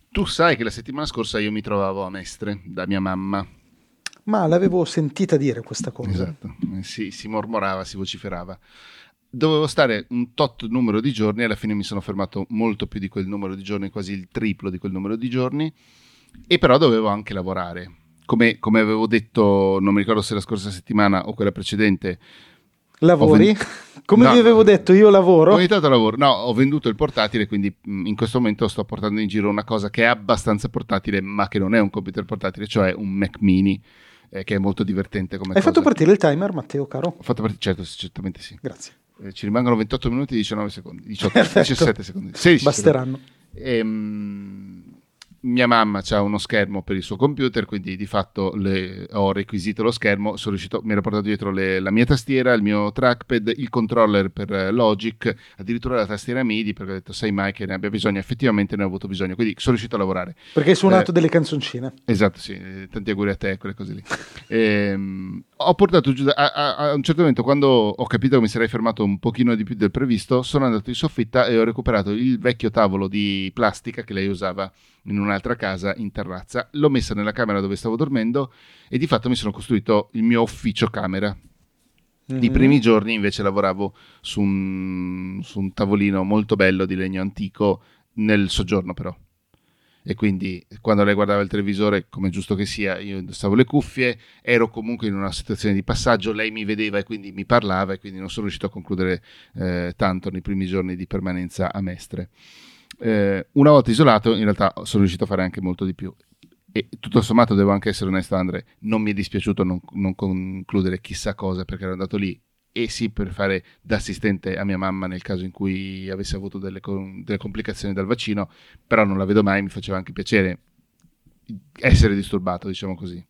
Tu sai che la settimana scorsa io mi trovavo a Mestre da mia mamma. Ma l'avevo sentita dire questa cosa. Esatto, si mormorava, si vociferava. Dovevo stare un tot numero di giorni, alla fine mi sono fermato molto più di quel numero di giorni, quasi il triplo di quel numero di giorni, e però dovevo anche lavorare. Come avevo detto, non mi ricordo se la scorsa settimana o quella precedente. Lavori? Come No, vi avevo detto, io lavoro? Ogni tanto lavoro. No, ho venduto il portatile, quindi in questo momento sto portando in giro una cosa che è abbastanza portatile, ma che non è un computer portatile, cioè un Mac Mini, che è molto divertente come Hai cosa. fatto partire il timer, Matteo, caro? Ho fatto partire, certo, certamente sì. Grazie. Ci rimangono 28 minuti e 19 secondi, 18, 17 secondi, 16 basteranno. Mia mamma ha uno schermo per il suo computer, quindi di fatto ho requisito lo schermo, mi ero portato dietro la mia tastiera, il mio trackpad, il controller per Logic, addirittura la tastiera MIDI, perché ho detto sai mai che ne abbia bisogno, effettivamente ne ho avuto bisogno, quindi sono riuscito a lavorare. Perché hai suonato delle canzoncine. Esatto, sì, tanti auguri a te, quelle cose lì. Ho portato giù, a un certo momento, quando ho capito che mi sarei fermato un pochino di più del previsto, sono andato in soffitta e ho recuperato il vecchio tavolo di plastica che lei usava in un'altra casa in terrazza, l'ho messa nella camera dove stavo dormendo e di fatto mi sono costruito il mio ufficio camera. I primi giorni invece lavoravo su un tavolino molto bello di legno antico nel soggiorno però. E quindi quando lei guardava il televisore, come è giusto che sia, io indossavo le cuffie, ero comunque in una situazione di passaggio, lei mi vedeva e quindi mi parlava e quindi non sono riuscito a concludere tanto nei primi giorni di permanenza a Mestre. Una volta isolato in realtà sono riuscito a fare anche molto di più e tutto sommato devo anche essere onesto, Andre, non mi è dispiaciuto non concludere chissà cosa perché ero andato lì e sì per fare da assistente a mia mamma nel caso in cui avesse avuto delle complicazioni dal vaccino, però non la vedo mai, mi faceva anche piacere essere disturbato, diciamo così.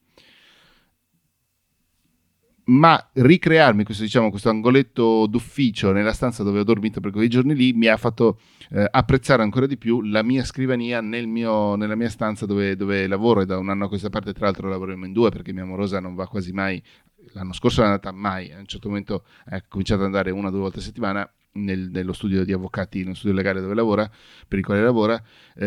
Ma ricrearmi questo angoletto d'ufficio nella stanza dove ho dormito per quei giorni lì mi ha fatto apprezzare ancora di più la mia scrivania nella mia stanza dove lavoro, e da un anno a questa parte tra l'altro lavoriamo in due perché mia amorosa non va quasi mai, l'anno scorso è andata mai, a un certo momento è cominciato ad andare 1 o 2 volte a settimana nello studio di avvocati, nello studio legale dove lavora, per il quale lavora.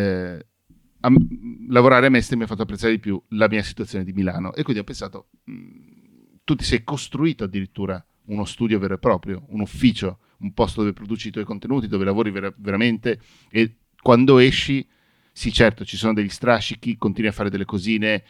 Lavorare a Mestre mi ha fatto apprezzare di più la mia situazione di Milano e quindi ho pensato tu ti sei costruito addirittura uno studio vero e proprio, un ufficio, un posto dove produci i tuoi contenuti, dove lavori veramente, e quando esci, sì certo, ci sono degli strascichi, continui a fare delle cosine,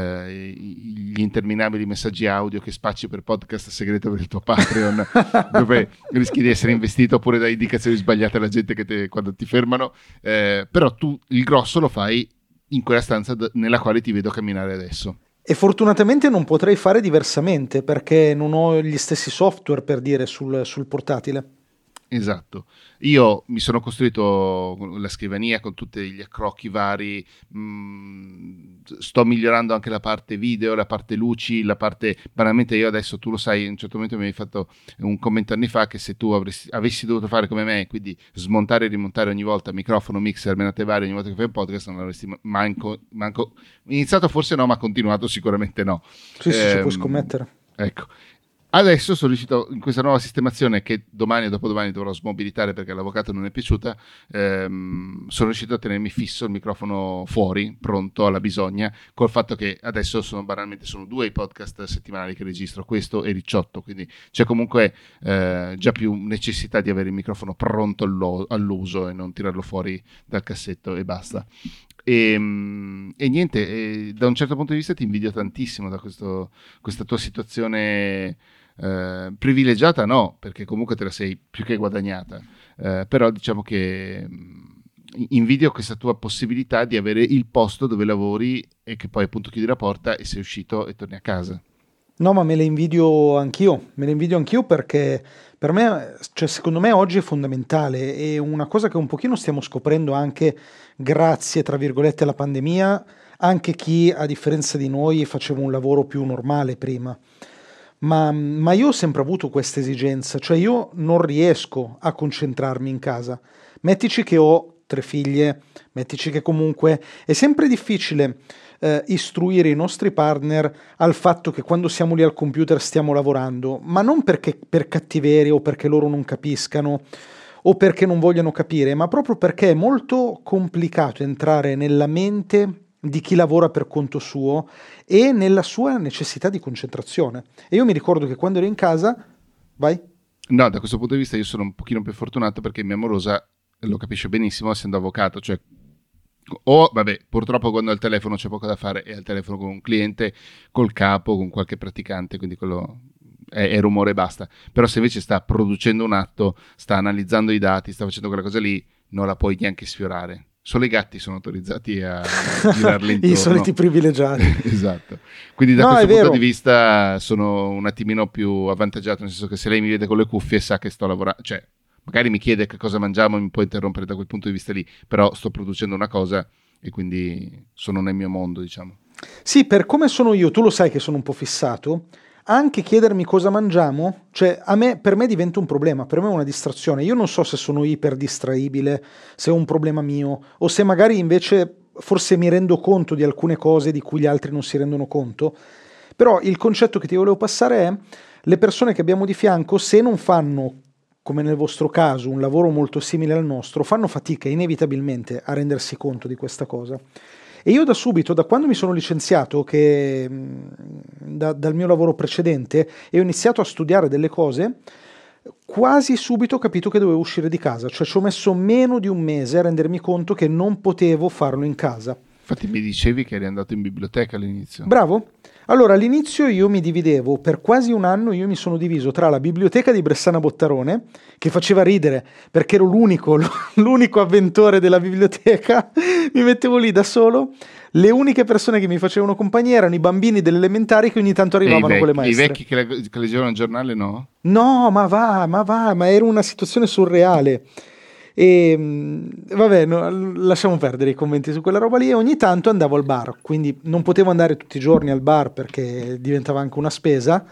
gli interminabili messaggi audio che spacci per podcast segreto per il tuo Patreon, dove rischi di essere investito oppure da indicazioni sbagliate alla gente quando ti fermano, però tu il grosso lo fai in quella stanza nella quale ti vedo camminare adesso. E fortunatamente non potrei fare diversamente perché non ho gli stessi software per dire sul portatile. Esatto, io mi sono costruito la scrivania con tutti gli accrocchi vari, sto migliorando anche la parte video, la parte luci, la parte, banalmente io adesso, tu lo sai, in un certo momento mi hai fatto un commento anni fa che se tu avessi dovuto fare come me, quindi smontare e rimontare ogni volta microfono, mixer, menate varie ogni volta che fai un podcast, non avresti manco iniziato, forse no, ma continuato sicuramente no. Sì, ci puoi scommettere. Ecco. Adesso sono riuscito in questa nuova sistemazione che domani o dopodomani dovrò smobilitare perché all'avvocato non è piaciuta, sono riuscito a tenermi fisso il microfono fuori, pronto alla bisogna, col fatto che adesso sono 2 i podcast settimanali che registro, questo e Ricciotto, quindi c'è comunque già più necessità di avere il microfono pronto all'uso e non tirarlo fuori dal cassetto e basta. E niente, da un certo punto di vista ti invidio tantissimo da questa tua situazione privilegiata, no, perché comunque te la sei più che guadagnata, però diciamo che invidio questa tua possibilità di avere il posto dove lavori e che poi appunto chiudi la porta e sei uscito e torni a casa. No, ma me le invidio anch'io perché per me, cioè secondo me oggi è fondamentale e una cosa che un pochino stiamo scoprendo anche grazie, tra virgolette, alla pandemia, anche chi a differenza di noi faceva un lavoro più normale prima. Ma io ho sempre avuto questa esigenza, cioè io non riesco a concentrarmi in casa. Mettici che ho 3 figlie, mettici che comunque è sempre difficile istruire i nostri partner al fatto che quando siamo lì al computer stiamo lavorando, ma non perché per cattiveria o perché loro non capiscano o perché non vogliono capire, ma proprio perché è molto complicato entrare nella mente di chi lavora per conto suo e nella sua necessità di concentrazione. E io mi ricordo che quando ero in casa, vai? No, da questo punto di vista io sono un pochino più fortunato perché mia amorosa lo capisce benissimo essendo avvocato, cioè vabbè, purtroppo quando al telefono c'è poco da fare è al telefono con un cliente, col capo, con qualche praticante, quindi quello è rumore e basta. Però se invece sta producendo un atto, sta analizzando i dati, sta facendo quella cosa lì, non la puoi neanche sfiorare. Solo i gatti sono autorizzati a girarli intorno. I soliti privilegiati. Esatto. Quindi da questo punto di vista sono un attimino più avvantaggiato, nel senso che se lei mi vede con le cuffie sa che sto lavorando, cioè magari mi chiede che cosa mangiamo e mi può interrompere da quel punto di vista lì, però sto producendo una cosa e quindi sono nel mio mondo, diciamo. Sì, per come sono io, tu lo sai che sono un po' fissato, anche chiedermi cosa mangiamo, cioè per me diventa un problema, per me è una distrazione. Io non so se sono iper distraibile, se è un problema mio, o se magari invece forse mi rendo conto di alcune cose di cui gli altri non si rendono conto. Però il concetto che ti volevo passare è: le persone che abbiamo di fianco, se non fanno, come nel vostro caso, un lavoro molto simile al nostro, fanno fatica inevitabilmente a rendersi conto di questa cosa. E io da subito, da quando mi sono licenziato, dal mio lavoro precedente, e ho iniziato a studiare delle cose, quasi subito ho capito che dovevo uscire di casa. Cioè ci ho messo meno di un mese a rendermi conto che non potevo farlo in casa. Infatti mi dicevi che eri andato in biblioteca all'inizio. Bravo. Allora, all'inizio io mi dividevo, per quasi un anno io mi sono diviso tra la biblioteca di Bressana Bottarone, che faceva ridere perché ero l'unico avventore della biblioteca, mi mettevo lì da solo, le uniche persone che mi facevano compagnia erano i bambini delle elementari che ogni tanto arrivavano con le maestre. I vecchi che leggevano il giornale no? No, ma era una situazione surreale. E vabbè, lasciamo perdere i commenti su quella roba lì. E ogni tanto andavo al bar, quindi non potevo andare tutti i giorni al bar perché diventava anche una spesa,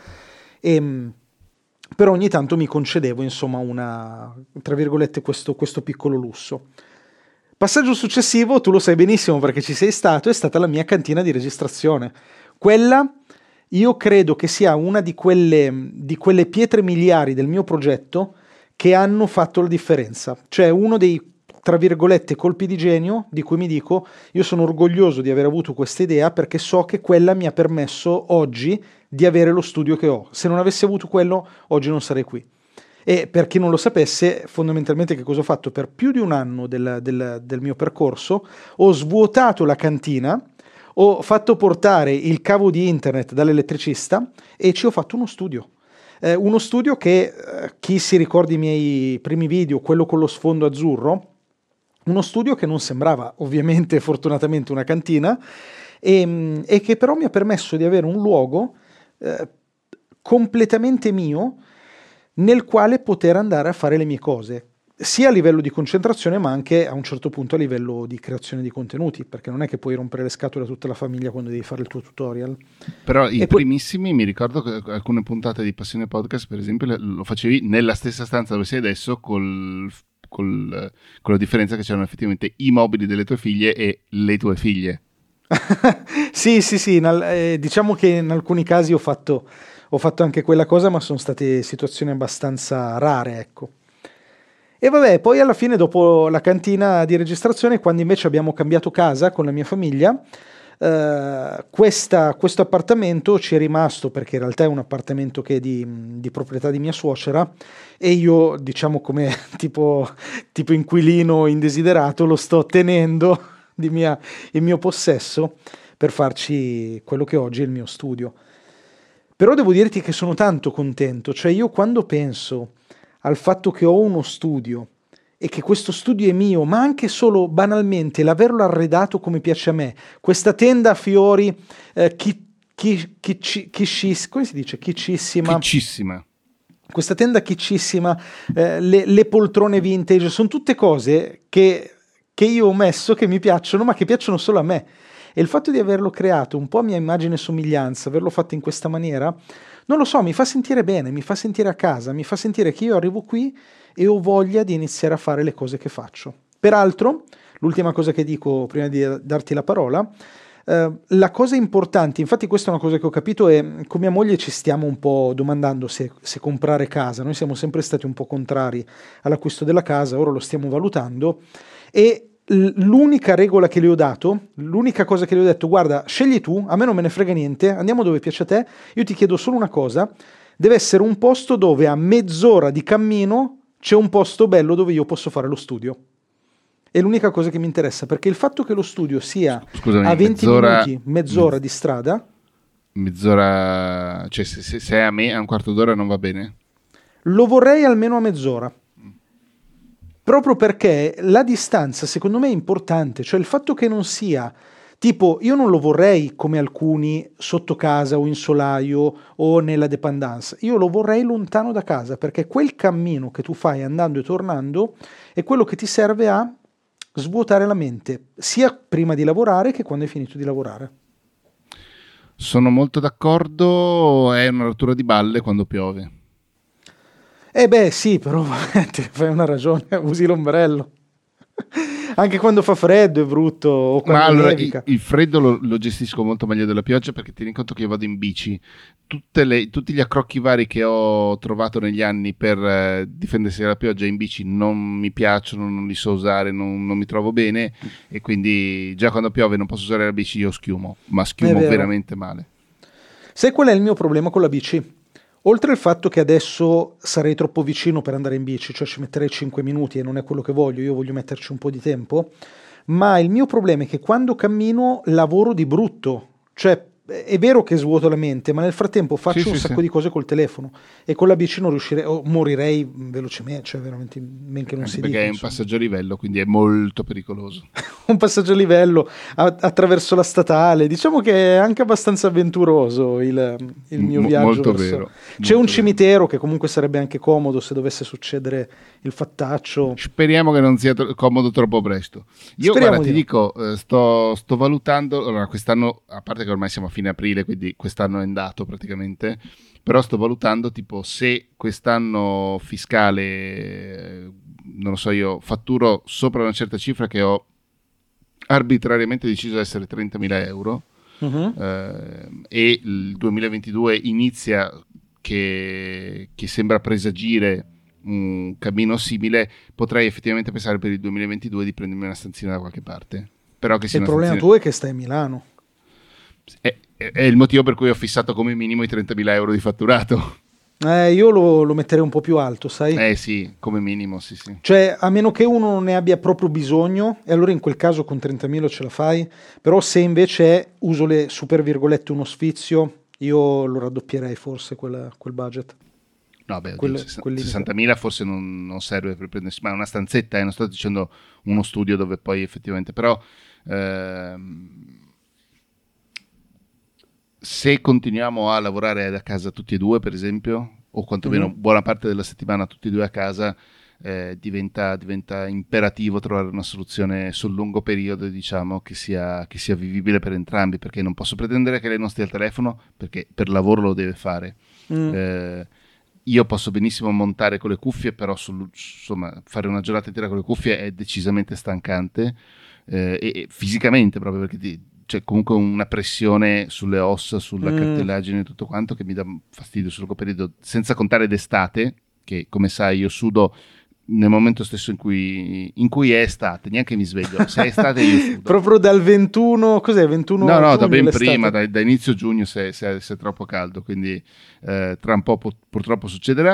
però ogni tanto mi concedevo, insomma, tra virgolette, questo piccolo lusso. Passaggio successivo, tu lo sai benissimo perché ci sei stato, è stata la mia cantina di registrazione. Quella io credo che sia una di quelle pietre miliari del mio progetto che hanno fatto la differenza. Cioè uno dei, tra virgolette, colpi di genio di cui mi dico: io sono orgoglioso di aver avuto questa idea perché so che quella mi ha permesso oggi di avere lo studio che ho. Se non avessi avuto quello, oggi non sarei qui. E per chi non lo sapesse, fondamentalmente che cosa ho fatto? Per più di un anno del mio percorso ho svuotato la cantina, ho fatto portare il cavo di internet dall'elettricista e ci ho fatto uno studio. Uno studio che, chi si ricorda i miei primi video, quello con lo sfondo azzurro, uno studio che non sembrava ovviamente fortunatamente una cantina e che però mi ha permesso di avere un luogo completamente mio nel quale poter andare a fare le mie cose, sia a livello di concentrazione ma anche a un certo punto a livello di creazione di contenuti, perché non è che puoi rompere le scatole a tutta la famiglia quando devi fare il tuo tutorial. Però i primissimi, mi ricordo che alcune puntate di Passione Podcast per esempio lo facevi nella stessa stanza dove sei adesso con la differenza che c'erano effettivamente i mobili delle tue figlie e le tue figlie. Sì, diciamo che in alcuni casi ho fatto anche quella cosa, ma sono state situazioni abbastanza rare, ecco. E vabbè, poi alla fine, dopo la cantina di registrazione, quando invece abbiamo cambiato casa con la mia famiglia, questo appartamento ci è rimasto, perché in realtà è un appartamento che è di proprietà di mia suocera, e io, diciamo, come tipo inquilino indesiderato, lo sto tenendo in mio possesso per farci quello che oggi è il mio studio. Però devo dirti che sono tanto contento, cioè io quando penso al fatto che ho uno studio e che questo studio è mio, ma anche solo banalmente l'averlo arredato come piace a me, questa tenda a fiori come si dice? Kitschissima. Questa tenda kitschissima, le poltrone vintage, sono tutte cose che io ho messo, che mi piacciono, ma che piacciono solo a me. E il fatto di averlo creato un po' a mia immagine e somiglianza, averlo fatto in questa maniera, non lo so, mi fa sentire bene, mi fa sentire a casa, mi fa sentire che io arrivo qui e ho voglia di iniziare a fare le cose che faccio. Peraltro, l'ultima cosa che dico prima di darti la parola, La cosa importante, infatti questa è una cosa che ho capito e con mia moglie ci stiamo un po' domandando se comprare casa. Noi siamo sempre stati un po' contrari all'acquisto della casa, ora lo stiamo valutando e l'unica regola che le ho dato, l'unica cosa che le ho detto, guarda, scegli tu, a me non me ne frega niente, andiamo dove piace a te, io ti chiedo solo una cosa, deve essere un posto dove a mezz'ora di cammino c'è un posto bello dove io posso fare lo studio. È l'unica cosa che mi interessa, perché il fatto che lo studio sia Scusami, a 20 minuti, mezz'ora di strada, mezz'ora, cioè se è a me a un quarto d'ora non va bene? lo vorrei almeno a mezz'ora. Proprio perché la distanza secondo me è importante, cioè il fatto che non sia tipo, io non lo vorrei come alcuni sotto casa o in solaio o nella dépendance, io lo vorrei lontano da casa perché quel cammino che tu fai andando e tornando è quello che ti serve a svuotare la mente, sia prima di lavorare che quando hai finito di lavorare. Sono molto d'accordo, è una rottura di balle quando piove. Eh beh sì, però ti fai una ragione, usi l'ombrello. Anche quando fa freddo è brutto o Ma quando allora nevica. il freddo lo gestisco molto meglio della pioggia perché tieni conto che io vado in bici. Tutti gli accrocchi vari che ho trovato negli anni per difendersi dalla pioggia in bici non mi piacciono, non li so usare, non mi trovo bene e quindi già quando piove non posso usare la bici io schiumo, ma È schiumo vero. veramente male. Sai qual è il mio problema con la bici? Oltre al fatto che adesso sarei troppo vicino per andare in bici, cioè ci metterei 5 minuti e non è quello che voglio, io voglio metterci un po' di tempo, ma il mio problema è che quando cammino lavoro di brutto, cioè è vero che svuoto la mente, ma nel frattempo Sì, faccio un sì, sacco sì. di cose col telefono e con la bici non riuscirei, o morirei velocemente, cioè veramente men che non Anche si dica, perché è un insomma. passaggio a livello, quindi è molto pericoloso. Un passaggio a livello attraverso la statale. Diciamo che è anche abbastanza avventuroso il mio viaggio Molto verso... vero, C'è un molto vero. cimitero che comunque sarebbe anche comodo se dovesse succedere il fattaccio. Speriamo che non sia comodo troppo presto. Io, guarda, Speriamo di ti no. dico, sto valutando, allora quest'anno, a parte che ormai siamo a fine aprile, quindi quest'anno è andato praticamente, però sto valutando tipo se quest'anno fiscale, non lo so io, fatturo sopra una certa cifra che ho arbitrariamente deciso essere 30.000 euro Mhm. e il 2022 inizia che sembra presagire un cammino simile, potrei effettivamente pensare per il 2022 di prendermi una stanzina da qualche parte. Però che E sia il una problema stanzina... tuo è che stai a Milano. È il motivo per cui ho fissato come minimo i 30.000 euro di fatturato. Io lo metterei un po' più alto, sai? Sì, come minimo, sì, sì. Cioè, a meno che uno non ne abbia proprio bisogno, e allora in quel caso con 30.000 ce la fai, però se invece uso le super virgolette uno sfizio, io lo raddoppierei forse quel budget, No, beh, oddio, quel limite. 60.000 forse non serve per prendersi, ma è una stanzetta, non sto dicendo uno studio dove poi effettivamente, però se continuiamo a lavorare da casa tutti e due, per esempio, o quantomeno Mhm. buona parte della settimana tutti e due a casa, diventa imperativo trovare una soluzione sul lungo periodo, diciamo, che sia vivibile per entrambi, perché non posso pretendere che lei non stia al telefono, perché per lavoro lo deve fare. Mm. Eh, io posso benissimo montare con le cuffie, però insomma, fare una giornata intera con le cuffie è decisamente stancante e fisicamente proprio perché c'è comunque una pressione sulle ossa, sulla Mm. cartilagine e tutto quanto che mi dà fastidio sul lungo periodo, senza contare d'estate, che come sai io sudo nel momento stesso in cui è estate, neanche mi sveglio, se è estate io sudo. Proprio dal 21, cos'è? No, 21 no, da giugno ben prima, l'estate? da inizio giugno se è troppo caldo, quindi tra un po' purtroppo succederà.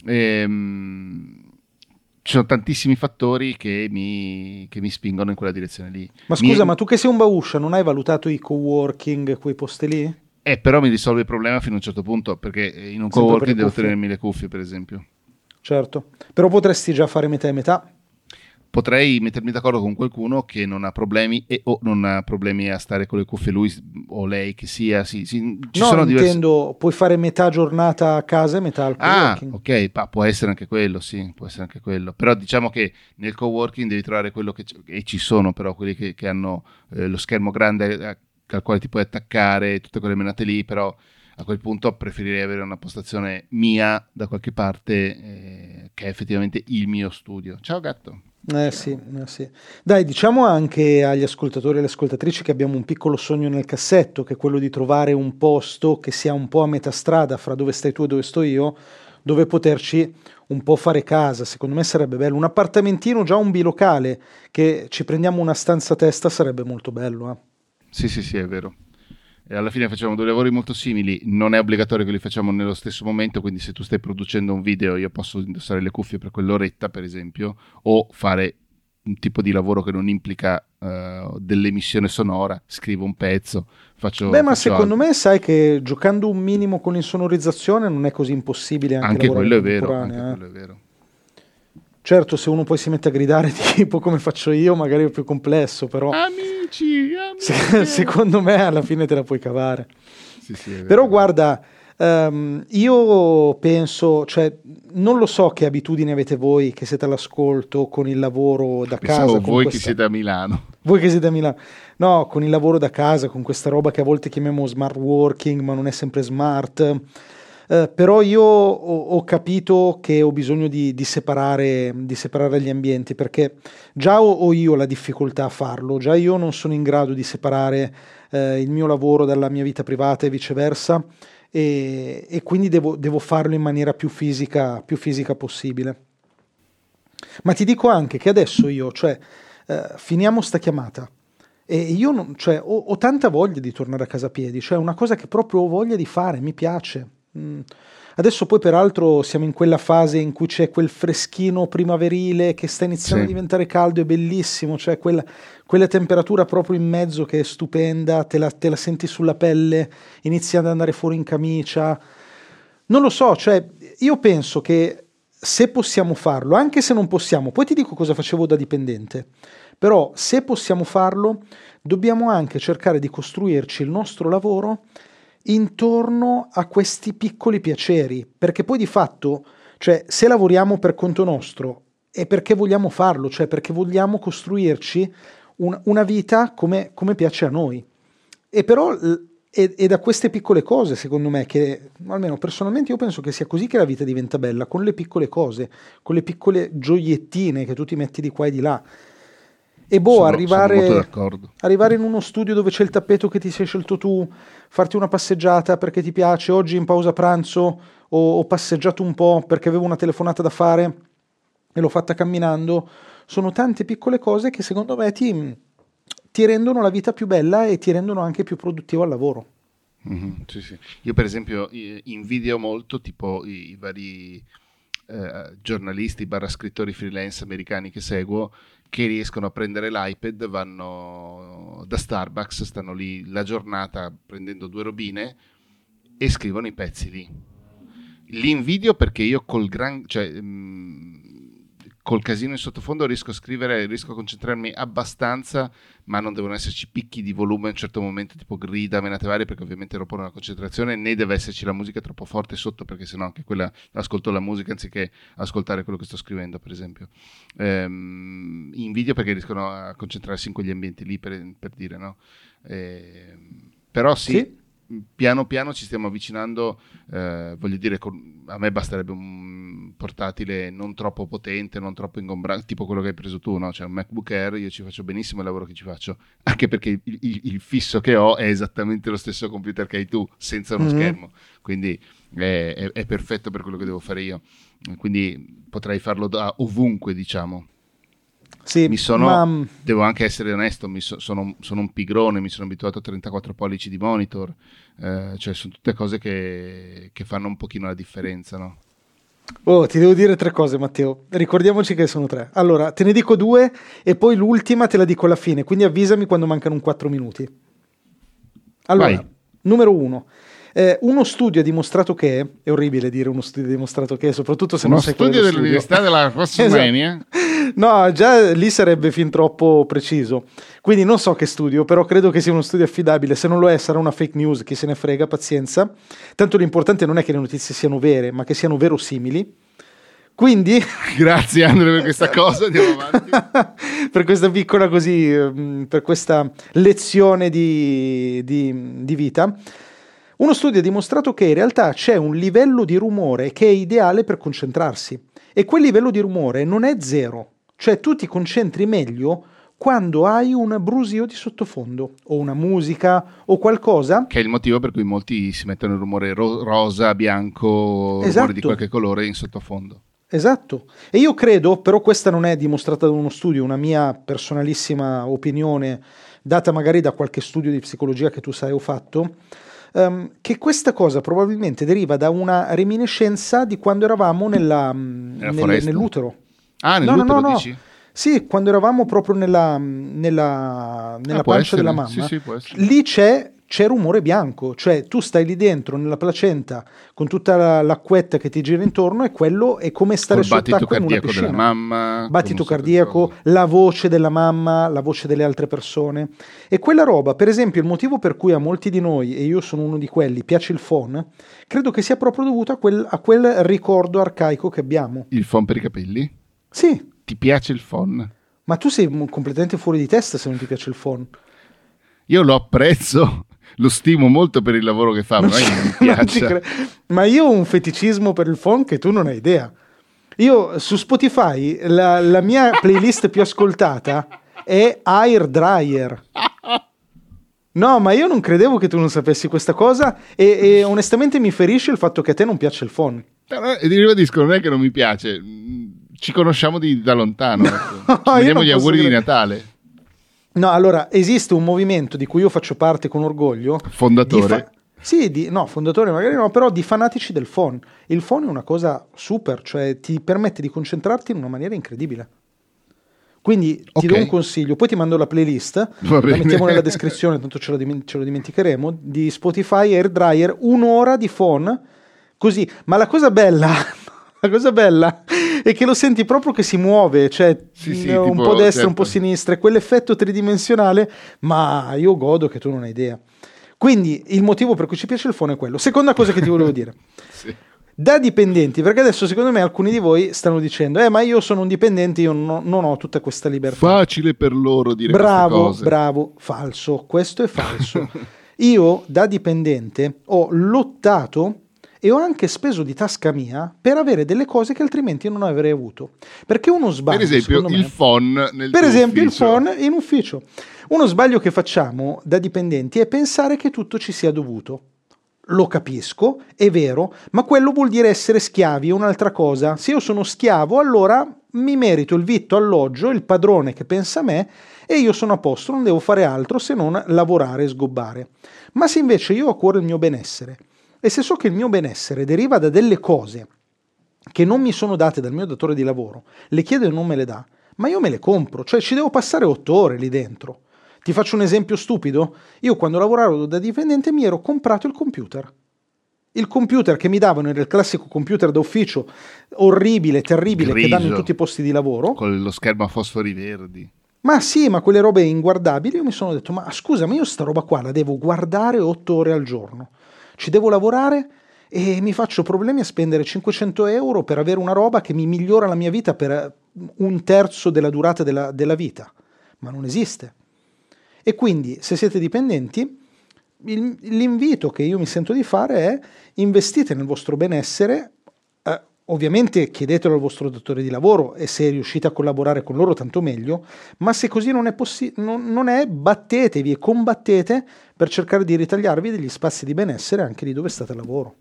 Ci sono tantissimi fattori che mi spingono in quella direzione lì. Ma scusa, ma tu che sei un bauscia, non hai valutato i coworking, quei posti lì? Però mi risolve il problema fino a un certo punto, perché in un Sempre per le coworking devo cuffie? tenermi le cuffie, per esempio. Certo. Però potresti già fare metà e metà. Potrei mettermi d'accordo con qualcuno che non ha problemi o non ha problemi a stare con le cuffie lui o lei che sia. Sì, sì, ci No, sono diverse... intendo, puoi fare metà giornata a casa e metà al Ah, coworking. ok, può essere anche quello, sì, può essere anche quello. Però diciamo che nel coworking devi trovare quello e ci sono però quelli che hanno lo schermo grande al quale ti puoi attaccare, tutte quelle menate lì, però a quel punto preferirei avere una postazione mia da qualche parte che è effettivamente il mio studio. Ciao gatto. Sì, sì. Dai, diciamo anche agli ascoltatori e alle ascoltatrici che abbiamo un piccolo sogno nel cassetto, che è quello di trovare un posto che sia un po' a metà strada fra dove stai tu e dove sto io, dove poterci un po' fare casa. Secondo me sarebbe bello. Un appartamentino, già un bilocale, che ci prendiamo una stanza a testa, sarebbe molto bello, eh. Sì, sì, sì, è vero. E alla fine facciamo due lavori molto simili, non è obbligatorio che li facciamo nello stesso momento, quindi se tu stai producendo un video io posso indossare le cuffie per quell'oretta, per esempio, o fare un tipo di lavoro che non implica dell'emissione sonora, scrivo un pezzo, Beh, ma faccio secondo altro. me sai che giocando un minimo con l'insonorizzazione non è così impossibile anche Anche lavorare quello è vero, anche contemporanea, eh. quello è vero. Certo, se uno poi si mette a gridare tipo come faccio io, magari è più complesso, però Amici, amiche! secondo me alla fine te la puoi cavare. Sì, sì, è vero, Però è vero. guarda, io penso, cioè, non lo so che abitudini avete voi che siete all'ascolto con il lavoro da Pensavo casa, con voi che questa... siete a Milano. Voi che siete a Milano, no, con il lavoro da casa, con questa roba che a volte chiamiamo smart working, ma non è sempre smart. Però io ho capito che ho bisogno di separare gli ambienti, perché già ho io la difficoltà a farlo, già io non sono in grado di separare il mio lavoro dalla mia vita privata e viceversa, e quindi devo farlo in maniera più fisica possibile. Ma ti dico anche che adesso io, cioè, finiamo sta chiamata e io cioè, ho tanta voglia di tornare a casa a piedi, cioè è una cosa che proprio ho voglia di fare, mi piace. Adesso poi peraltro siamo in quella fase in cui c'è quel freschino primaverile che sta iniziando a Sì. diventare caldo, è bellissimo, cioè quella temperatura proprio in mezzo che è stupenda, te la senti sulla pelle, inizi ad andare fuori in camicia. Non lo so, cioè io penso che se possiamo farlo, anche se non possiamo, poi ti dico cosa facevo da dipendente, però se possiamo farlo, dobbiamo anche cercare di costruirci il nostro lavoro intorno a questi piccoli piaceri, perché poi di fatto, cioè, se lavoriamo per conto nostro è perché vogliamo farlo, cioè perché vogliamo costruirci una vita come piace a noi. E però è da queste piccole cose, secondo me, che almeno personalmente io penso che sia così che la vita diventa bella, con le piccole cose, con le piccole gioiettine che tu ti metti di qua e di là. E boh, Sono molto d'accordo. arrivare in uno studio dove c'è il tappeto che ti sei scelto tu, farti una passeggiata perché ti piace, oggi in pausa pranzo ho passeggiato un po' perché avevo una telefonata da fare e l'ho fatta camminando, sono tante piccole cose che secondo me ti rendono la vita più bella e ti rendono anche più produttivo al lavoro. Mhm, sì, sì. Io per esempio invidio molto tipo i vari giornalisti barra scrittori freelance americani che seguo che riescono a prendere l'iPad, vanno da Starbucks, stanno lì la giornata prendendo due robine e scrivono i pezzi lì. Li invidio perché io col casino in sottofondo riesco a scrivere, riesco a concentrarmi abbastanza, ma non devono esserci picchi di volume a un certo momento, tipo grida, menate varie, perché ovviamente rompono la concentrazione, né deve esserci la musica troppo forte sotto, perché sennò anche quella ascolto la musica anziché ascoltare quello che sto scrivendo, per esempio. Invidio perché riescono a concentrarsi in quegli ambienti lì, per dire, no? Però sì, Sì? piano piano ci stiamo avvicinando, voglio dire, a me basterebbe un portatile non troppo potente, non troppo ingombrante, tipo quello che hai preso tu, no? Cioè un MacBook Air, io ci faccio benissimo il lavoro che ci faccio, anche perché il fisso che ho è esattamente lo stesso computer che hai tu, senza uno Mhm. schermo, quindi è perfetto per quello che devo fare io, quindi potrei farlo da ovunque, diciamo. Sì, Devo anche essere onesto, sono un pigrone, mi sono abituato a 34 pollici di monitor, cioè sono tutte cose che fanno un pochino la differenza, no? oh, ti devo dire tre cose, Matteo. Ricordiamoci che sono tre. Allora, te ne dico due e poi l'ultima te la dico alla fine, quindi avvisami quando mancano un 4 minuti. Allora, Vai, numero uno. Uno studio ha dimostrato che, è orribile dire uno studio ha dimostrato che, soprattutto se non uno sai qual è lo studio studio. dell'Università della Esatto. Pennsylvania. No, già lì sarebbe fin troppo preciso. Quindi non so che studio, però credo che sia uno studio affidabile. Se non lo è, sarà una fake news, chi se ne frega, pazienza. Tanto l'importante non è che le notizie siano vere, ma che siano verosimili. Quindi, Grazie Andrea per questa cosa, andiamo avanti. per questa piccola così, per questa lezione di vita, uno studio ha dimostrato che in realtà c'è un livello di rumore che è ideale per concentrarsi e quel livello di rumore non è zero, Cioè tu ti concentri meglio quando hai un brusio di sottofondo o una musica o qualcosa. Che è il motivo per cui molti si mettono il rumore rosa, bianco, rumore di qualche colore in sottofondo. Esatto. E io credo, però questa non è dimostrata da uno studio, una mia personalissima opinione, data magari da qualche studio di psicologia che tu sai ho fatto, che questa cosa probabilmente deriva da una reminiscenza di quando eravamo nell'utero. Ah, nell'utero no. dici? Sì, quando eravamo proprio nella pancia della mamma, sì, può essere. Lì c'è rumore bianco, cioè tu stai lì dentro nella placenta con tutta l'acquetta che ti gira intorno e quello è come stare sott'acqua in una piscina. Della mamma, battito cardiaco, la voce della mamma, la voce delle altre persone. E quella roba, per esempio, il motivo per cui a molti di noi, e io sono uno di quelli, piace il phon, credo che sia proprio dovuto a quel ricordo arcaico che abbiamo. Il phon per i capelli? Sì. Ti piace il phon? Ma tu sei completamente fuori di testa se non ti piace il phon. Io lo apprezzo, lo stimo molto per il lavoro che fa, ma non mi piace. Ma io ho un feticismo per il phon che tu non hai idea. Io su Spotify la mia playlist più ascoltata è Hair Dryer. No, ma io non credevo che tu non sapessi questa cosa e onestamente mi ferisce il fatto che a te non piace il phon. Ti ribadisco, non è che non mi piace, ci conosciamo da lontano, ecco. Ci vediamo gli auguri di Natale. No, allora, esiste un movimento di cui io faccio parte con orgoglio. Fondatore? No, fondatore magari no, però di fanatici del phon. Il phon è una cosa super, cioè ti permette di concentrarti in una maniera incredibile. Quindi ti do un consiglio, poi ti mando la playlist, la mettiamo nella descrizione, tanto ce lo dimenticheremo, di Spotify Hair Dryer, 1 ora di phon, così. Ma la cosa bella è che lo senti proprio che si muove, cioè un po' destra, un po' sinistra, quell'effetto tridimensionale, ma io godo che tu non hai idea. Quindi il motivo per cui ci piace il phon è quello. Seconda cosa che ti volevo dire. Sì. Da dipendenti, perché adesso secondo me alcuni di voi stanno dicendo ma io sono un dipendente, io non ho tutta questa libertà. Facile per loro dire queste cose. Bravo, falso, questo è falso. Io da dipendente ho lottato e ho anche speso di tasca mia per avere delle cose che altrimenti non avrei avuto. Perché uno sbaglio, per esempio il phon il phon in ufficio. Uno sbaglio che facciamo da dipendenti è pensare che tutto ci sia dovuto. Lo capisco, è vero, ma quello vuol dire essere schiavi, è un'altra cosa. Se io sono schiavo, allora mi merito il vitto, alloggio, il padrone che pensa a me e io sono a posto, non devo fare altro se non lavorare e sgobbare. Ma se invece io ho a cuore il mio benessere e se so che il mio benessere deriva da delle cose che non mi sono date dal mio datore di lavoro, le chiedo e non me le dà, ma io me le compro, cioè ci devo passare 8 ore lì dentro. Ti faccio un esempio stupido? Io quando lavoravo da dipendente mi ero comprato il computer. Il computer che mi davano era il classico computer da ufficio, orribile, terribile, grigio, che danno in tutti i posti di lavoro. Con lo schermo a fosfori verdi. Ma sì, ma quelle robe inguardabili. Io mi sono detto, ma scusa, ma io sta roba qua la devo guardare 8 ore al giorno. Ci devo lavorare e mi faccio problemi a spendere 500 euro per avere una roba che mi migliora la mia vita per 1/3 della durata della vita. Ma non esiste. E quindi, se siete dipendenti, l'invito che io mi sento di fare è investite nel vostro benessere, ovviamente chiedetelo al vostro datore di lavoro e se riuscite a collaborare con loro tanto meglio, ma se così non è, battetevi e combattete per cercare di ritagliarvi degli spazi di benessere anche lì dove state al lavoro.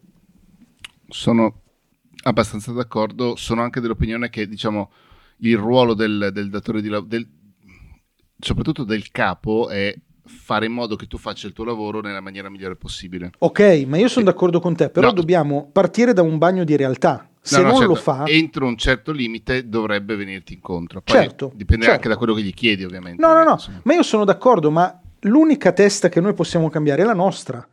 Sono abbastanza d'accordo, sono anche dell'opinione che, diciamo, il ruolo del datore di lavoro, soprattutto del capo, è fare in modo che tu faccia il tuo lavoro nella maniera migliore possibile. Ok, ma io sono d'accordo con te, però dobbiamo partire da un bagno di realtà. Se non lo fa, entro un certo limite dovrebbe venirti incontro. Poi certo, dipende anche da quello che gli chiedi, ovviamente. No, ma io sono d'accordo, ma l'unica testa che noi possiamo cambiare è la nostra.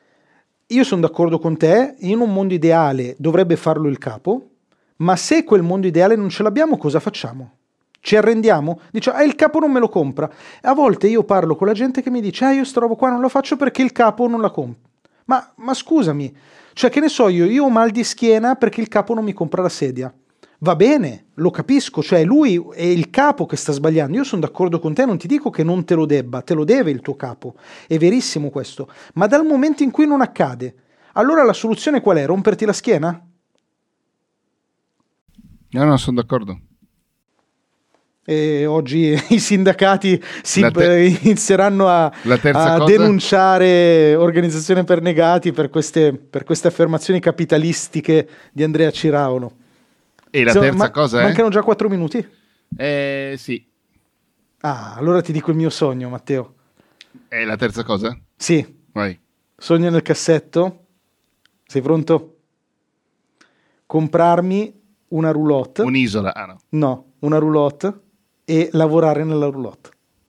Io sono d'accordo con te, in un mondo ideale dovrebbe farlo il capo, ma se quel mondo ideale non ce l'abbiamo, cosa facciamo? Ci arrendiamo? Dice, il capo non me lo compra. A volte io parlo con la gente che mi dice, io sto roba qua non la faccio perché il capo non la compra. Ma scusami, cioè che ne so io ho mal di schiena perché il capo non mi compra la sedia. Va bene, lo capisco, cioè lui è il capo che sta sbagliando. Io sono d'accordo con te, non ti dico che non te lo debba, te lo deve il tuo capo. È verissimo questo. Ma dal momento in cui non accade, allora la soluzione qual è? Romperti la schiena? No, sono d'accordo. E oggi i sindacati La te- inizieranno la terza a cosa? denunciare organizzazione per negati per queste affermazioni capitalistiche di Andrea Ciraulo. E la terza cosa è? Mancano già 4 minuti? Sì. Ah, allora ti dico il mio sogno, Matteo. E la terza cosa? Sì, Vai. sogno nel cassetto. Sei pronto? Comprarmi una roulotte. Un'isola. Ah no. No, una roulotte e lavorare nella roulotte.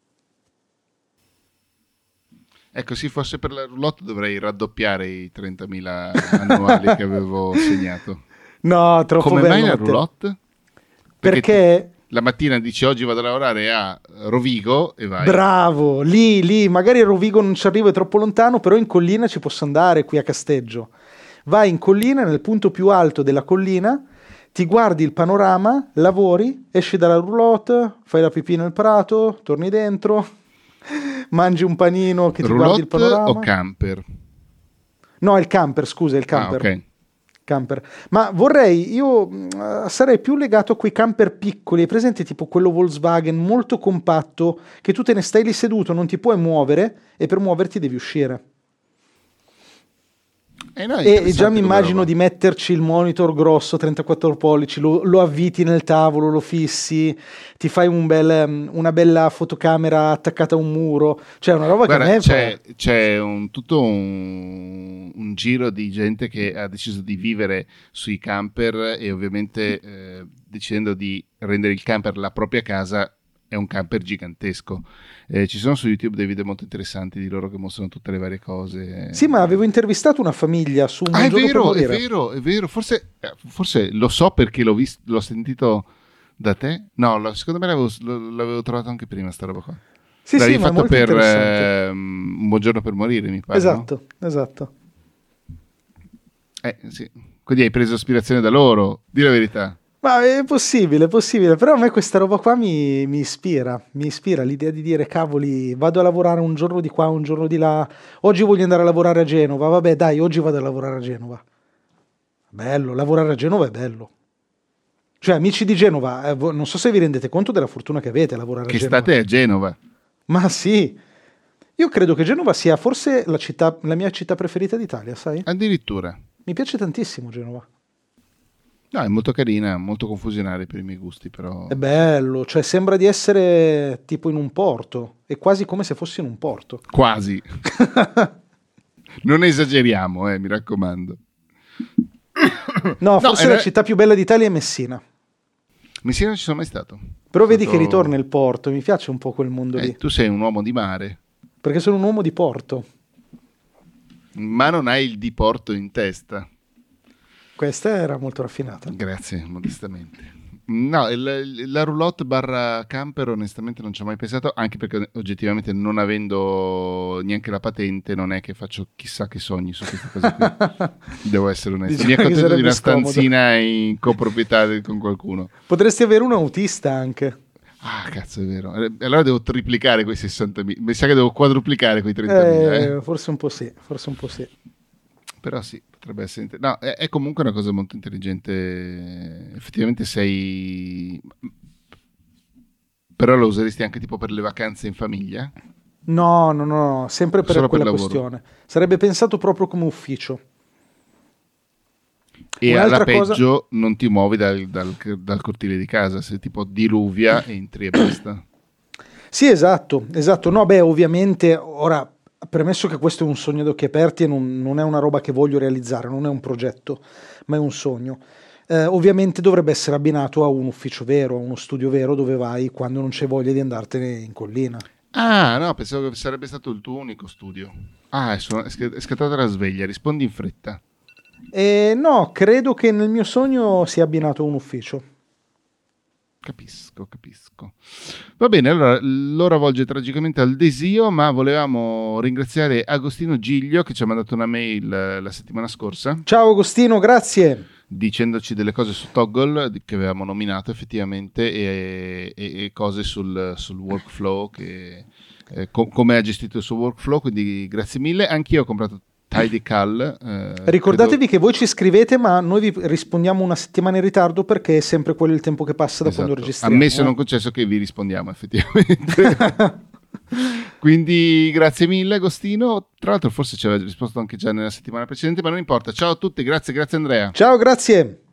Ecco, se fosse per la roulotte dovrei raddoppiare i 30.000 annuali che avevo segnato. No, troppo Come bello, mai la Matteo. roulotte? Perché la mattina dici oggi vado a lavorare a Rovigo e vai. bravo, lì, magari a Rovigo non ci arrivo, è troppo lontano, però in collina ci posso andare qui a Casteggio. Vai in collina, nel punto più alto della collina, ti guardi il panorama, lavori, esci dalla roulotte, fai la pipì nel prato, torni dentro, mangi un panino che ti guardi il Roulotte panorama. o camper? No, il camper, scusa, il camper. Ah, ok. Camper. Ma sarei più legato a quei camper piccoli, hai presente tipo quello Volkswagen molto compatto, che tu te ne stai lì seduto, non ti puoi muovere e per muoverti devi uscire. No, è E già interessante mi come immagino roba. di metterci il monitor grosso 34 pollici, lo avviti nel tavolo, lo fissi, ti fai una bella fotocamera attaccata a un muro, cioè una roba che a Guarda, me c'è tutto un giro di gente che ha deciso di vivere sui camper e ovviamente decidendo di rendere il camper la propria casa è un camper gigantesco. Ci sono su YouTube dei video molto interessanti di loro che mostrano tutte le varie cose. Sì, ma avevo intervistato una famiglia su un Ah, è giorno per vero, è morire. vero, è vero. Forse lo so perché l'ho sentito da te. No, secondo me l'avevo trovato anche prima sta roba qua. Sì, L'avevi sì, ma è fatto molto per interessante. Un buon giorno per morire, mi pare. No? Esatto. Sì. Quindi hai preso ispirazione da loro, di la verità. Ma è possibile, però a me questa roba qua mi ispira l'idea di dire, cavoli, vado a lavorare un giorno di qua, un giorno di là, oggi voglio andare a lavorare a Genova, vabbè dai, oggi vado a lavorare a Genova. Bello, lavorare a Genova è bello. Cioè, amici di Genova, non so se vi rendete conto della fortuna che avete a lavorare Che a Genova. state a Genova. Ma sì, io credo che Genova sia forse la mia città preferita d'Italia, sai? Addirittura. Mi piace tantissimo Genova. No, è molto carina, molto confusionaria per i miei gusti, però... È bello, cioè sembra di essere tipo in un porto, è quasi come se fossi in un porto. Quasi. Non esageriamo, mi raccomando. No, forse No, la città più bella d'Italia è Messina. Messina non ci sono mai stato. Però Sono vedi che stato- ritorna il porto, mi piace un po' quel mondo lì, Tu sei un uomo di mare, perché sono un uomo di porto. ma non hai il diporto in testa. Questa era molto raffinata. Grazie, modestamente. No, la roulotte barra camper onestamente non ci ho mai pensato, anche perché oggettivamente non avendo neanche la patente non è che faccio chissà che sogni su queste cose qui. Devo essere onesto. Diciamo Mi che accontento di sarebbe una scomodo. stanzina in coproprietà con qualcuno. Potresti avere un autista anche. Ah, cazzo, è vero. Allora devo triplicare quei 60.000. Mi sa che devo quadruplicare quei 30.000. Forse un po' sì. Però sì, potrebbe essere... No, è comunque una cosa molto intelligente. Effettivamente sei... Però lo useresti anche tipo per le vacanze in famiglia? No, sempre per Solo per quella lavoro. questione. Sarebbe pensato proprio come ufficio. E Un'altra alla cosa- peggio non ti muovi dal cortile di casa. Se tipo diluvia, entri e basta. Sì, esatto. No, beh, ovviamente, ora, premesso che questo è un sogno ad occhi aperti e non è una roba che voglio realizzare, non è un progetto, ma è un sogno. Ovviamente dovrebbe essere abbinato a un ufficio vero, a uno studio vero dove vai quando non c'è voglia di andartene in collina. Ah, no, pensavo che sarebbe stato il tuo unico studio. Ah, è scattata la sveglia. Rispondi in fretta. No, credo che nel mio sogno sia abbinato a un ufficio. Capisco. Va bene, allora l'ora volge tragicamente al desio, ma volevamo ringraziare Agostino Giglio che ci ha mandato una mail la settimana scorsa Ciao Agostino, grazie. dicendoci delle cose su Toggle che avevamo nominato effettivamente e cose sul workflow, come ha gestito il suo workflow, quindi grazie mille. Anch'io ho comprato Heidi Kall. Ricordatevi che voi ci scrivete, ma noi vi rispondiamo una settimana in ritardo perché è sempre quello il tempo che passa da quando registriamo. Ammesso e non concesso che vi rispondiamo effettivamente. Quindi grazie mille Agostino, tra l'altro forse ci aveva risposto anche già nella settimana precedente, ma non importa. Ciao a tutti, grazie Andrea. Ciao, grazie.